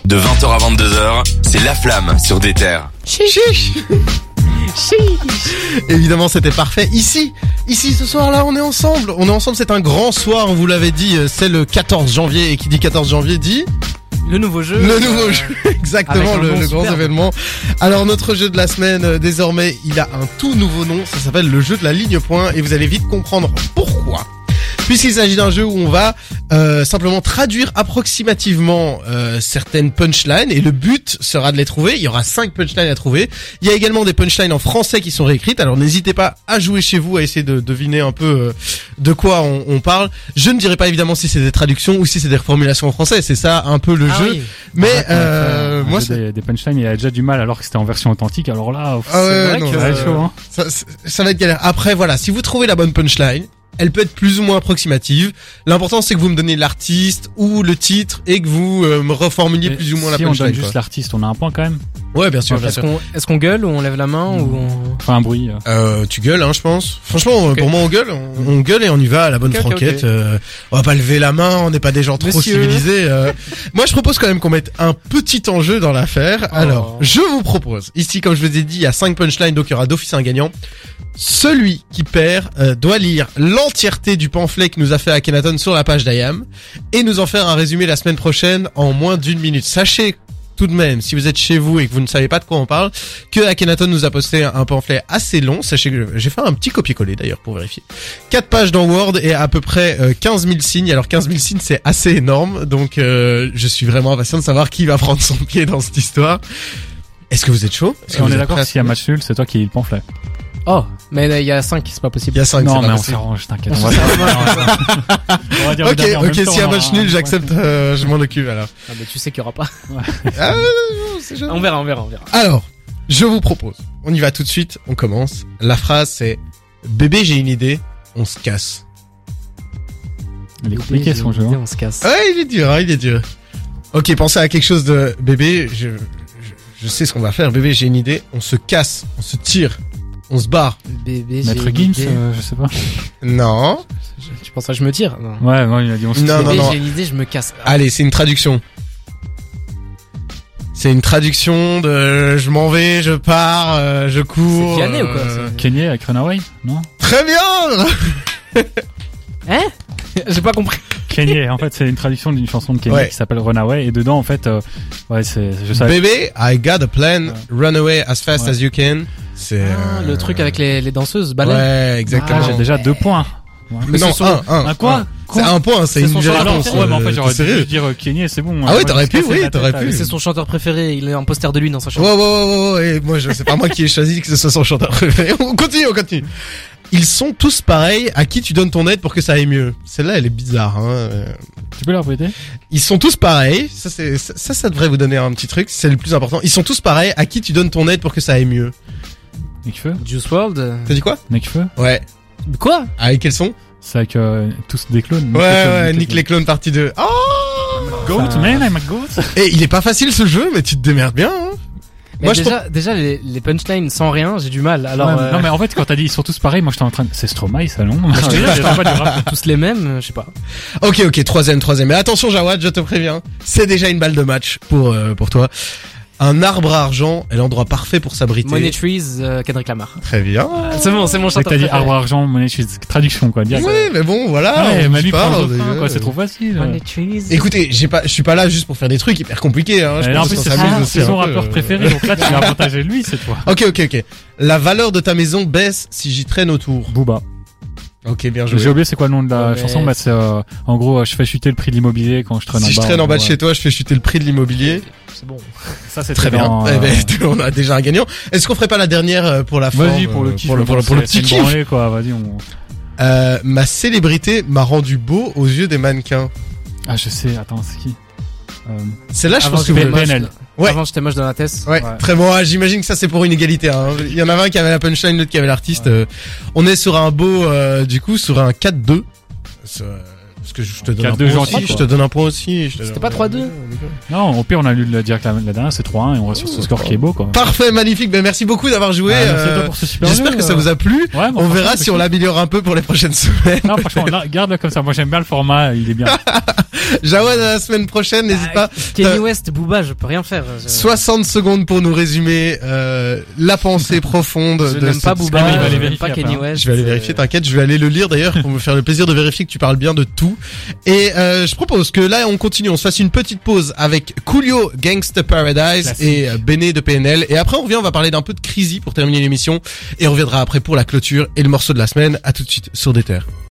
De 20h à 22h, c'est La Flamme sur des terres. Chiche. Évidemment, c'était parfait. Ici, ce soir-là, on est ensemble. C'est un grand soir, on vous l'avait dit. C'est le 14 janvier. Et qui dit 14 janvier dit... Le nouveau jeu, exactement, le grand événement. Alors notre jeu de la semaine, désormais, il a un tout nouveau nom, ça s'appelle le jeu de la ligne point, et vous allez vite comprendre pourquoi. Puisqu'il s'agit d'un jeu où on va simplement traduire approximativement certaines punchlines, et le but sera de les trouver. Il y aura 5 punchlines à trouver. Il y a également des punchlines en français qui sont réécrites, alors n'hésitez pas à jouer chez vous, à essayer de deviner un peu de quoi on parle. Je ne dirai pas évidemment si c'est des traductions ou si c'est des reformulations en français, c'est ça un peu le jeu. Oui. Mais moi des punchlines, il y a déjà du mal alors que c'était en version authentique, alors là c'est vrai que ça va être chaud, hein. Ça va être galère. Après voilà, si vous trouvez la bonne punchline, elle peut être plus ou moins approximative. L'important c'est que vous me donnez l'artiste ou le titre et que vous me reformuliez plus ou moins la punchline. Si on donne juste l'artiste, on a un point quand même. Ouais, bien sûr. Est-ce qu'on gueule ou on lève la main ou on... Enfin un bruit. Tu gueules, hein, je pense. Franchement, okay. Pour moi, on gueule et on y va à la bonne franquette. Okay. On va pas lever la main, on n'est pas des gens trop civilisés. Moi, je propose quand même qu'on mette un petit enjeu dans l'affaire. Oh. Alors, je vous propose, ici, comme je vous ai dit, il y a 5 punchlines, donc il y aura d'office un gagnant. Celui qui perd doit lire l'entièreté du pamphlet que nous a fait Akhenaton sur la page d'IAM et nous en faire un résumé la semaine prochaine en moins d'1 minute. Sachez tout de même, si vous êtes chez vous et que vous ne savez pas de quoi on parle, que Akhenaton nous a posté un pamphlet assez long. Sachez que j'ai fait un petit copier-coller d'ailleurs pour vérifier. 4 pages dans Word et à peu près 15 000 signes. Alors 15 000 signes c'est assez énorme, donc je suis vraiment impatient de savoir qui va prendre son pied dans cette histoire. Est-ce que vous êtes chaud? On est d'accord, s'il y a match nul, c'est toi qui lis le pamphlet. Oh, mais il y a 5, c'est pas possible. Il y a 5, non, mais on s'arrange, t'inquiète. On va dire ok, s'il y a match nul, j'accepte, je m'en occupe alors. Ah, mais tu sais qu'il y aura pas. Ah, c'est jamais. On verra. Alors, je vous propose, on y va tout de suite, on commence. La phrase c'est, bébé, j'ai une idée, on se casse. Il est compliqué son jeu. On se casse. Ouais, il est dur. Ok, pensez à quelque chose de, bébé, je sais ce qu'on va faire, bébé, j'ai une idée, on se casse, on se tire. On se barre. Bébé, Maître Gims, je sais pas. Non. Tu penses à je me tire? Non. Ouais, il a dit on se tire. Bébé, j'ai une idée, je me casse. Allez, c'est une traduction. C'est une traduction de je m'en vais, je pars, je cours. C'est Vianney ou quoi? Kanye avec Runaway, non? Très bien. Hein? J'ai pas compris. Kanye, en fait, c'est une traduction d'une chanson de Kanye qui s'appelle Runaway et dedans, en fait, je savais. Bébé, I got a plan, run away as fast as you can. C'est le truc avec les danseuses baleines. Ouais, exactement. J'ai déjà 2 points. Mais non, un quoi? C'est un point, c'est une réponse. Ouais, mais en fait, j'aurais dû dire Kanye, c'est bon. Ah ouais, t'aurais pu. C'est son chanteur préféré, il a un poster de lui dans sa chambre. Ouais, moi, c'est pas moi qui ai choisi que ce soit son chanteur préféré. On continue. Ils sont tous pareils, à qui tu donnes ton aide pour que ça aille mieux. Celle-là, elle est bizarre, hein. Tu peux la répéter? Ils sont tous pareils. Ça devrait vous donner un petit truc. C'est le plus important. Ils sont tous pareils, à qui tu donnes ton aide pour que ça aille mieux. Nekfeu? Juice WRLD. T'as dit quoi? Nekfeu? Ouais. Quoi? Avec quels sons? C'est avec tous des clones. Ouais, Nick les clones partie 2. Oh! Goat, man, I'm a goat. Et il est pas facile ce jeu, mais tu te démerdes bien, hein. Moi, déjà les punchlines sans rien, j'ai du mal. Alors non, mais en fait, quand t'as dit ils sont tous pareils, moi j'étais en train de... C'est Stromae, ça, non? Tous les mêmes, je sais pas. Ok, troisième. Mais attention, Jawad, je te préviens. C'est déjà une balle de match pour toi. Un arbre à argent est l'endroit parfait pour s'abriter. Money Trees, Kendrick Lamar. Très bien. C'est mon chanteur préféré. T'as dit arbre à argent, Money Trees, traduction quoi. Oui, mais bon, voilà. Ouais, mais lui quoi, c'est trop facile. Money Trees. Écoutez, je suis pas là juste pour faire des trucs hyper compliqués, hein. En plus, c'est son rappeur préféré, donc là tu vas avantager lui, c'est toi. Ok. La valeur de ta maison baisse si j'y traîne autour. Booba. Ok, bien joué. J'ai oublié c'est quoi le nom de la chanson, mais c'est en gros je fais chuter le prix de l'immobilier quand je traîne en bas. Si je traîne en bas de chez toi, je fais chuter le prix de l'immobilier. C'est bon. Ça c'est très bien. On a déjà un gagnant. Est-ce qu'on ferait pas la dernière pour la fin? Vas-y, pour le kiff. Pour le petit kiff. Quoi, vas-y, ma célébrité m'a rendu beau aux yeux des mannequins. Ah, je sais. Attends, c'est qui? Celle-là, je pense que PNL. Ouais. Avant, j'étais moche dans la tête. Ouais. Très bon. J'imagine que ça, c'est pour une égalité, hein. Il y en avait un qui avait la punchline, l'autre qui avait l'artiste. On est sur un beau, sur un 4-2. Parce que je te donne un point aussi, je te donne un point aussi. C'était pas 3-2? Non, au pire, on a lu direct la dernière, c'est 3-1 et on reste sur ce score qui est beau, quoi. Parfait, magnifique. Ben, merci beaucoup d'avoir joué. Merci à toi pour ce super J'espère jeu, que ça vous a plu. Ouais, on verra si on l'améliore un peu pour les prochaines semaines. Non, franchement, garde-le comme ça. Moi, j'aime bien le format, il est bien. Jawan, à la semaine prochaine, n'hésite pas. Kenny West, Booba, je peux rien faire. 60 secondes pour nous résumer, la pensée profonde de cette... pas Booba, je n'aime pas Kenny West. Je vais aller vérifier, t'inquiète, je vais aller le lire d'ailleurs pour me faire le plaisir de vérifier que tu parles bien de tout. Et je propose que là on continue, on se fasse une petite pause avec Coolio, Gangsta Paradise. Classique. Et Béné de PNL. Et après on revient, on va parler d'un peu de Crazy pour terminer l'émission. Et on reviendra après pour la clôture et le morceau de la semaine. À tout de suite sur Des Terres.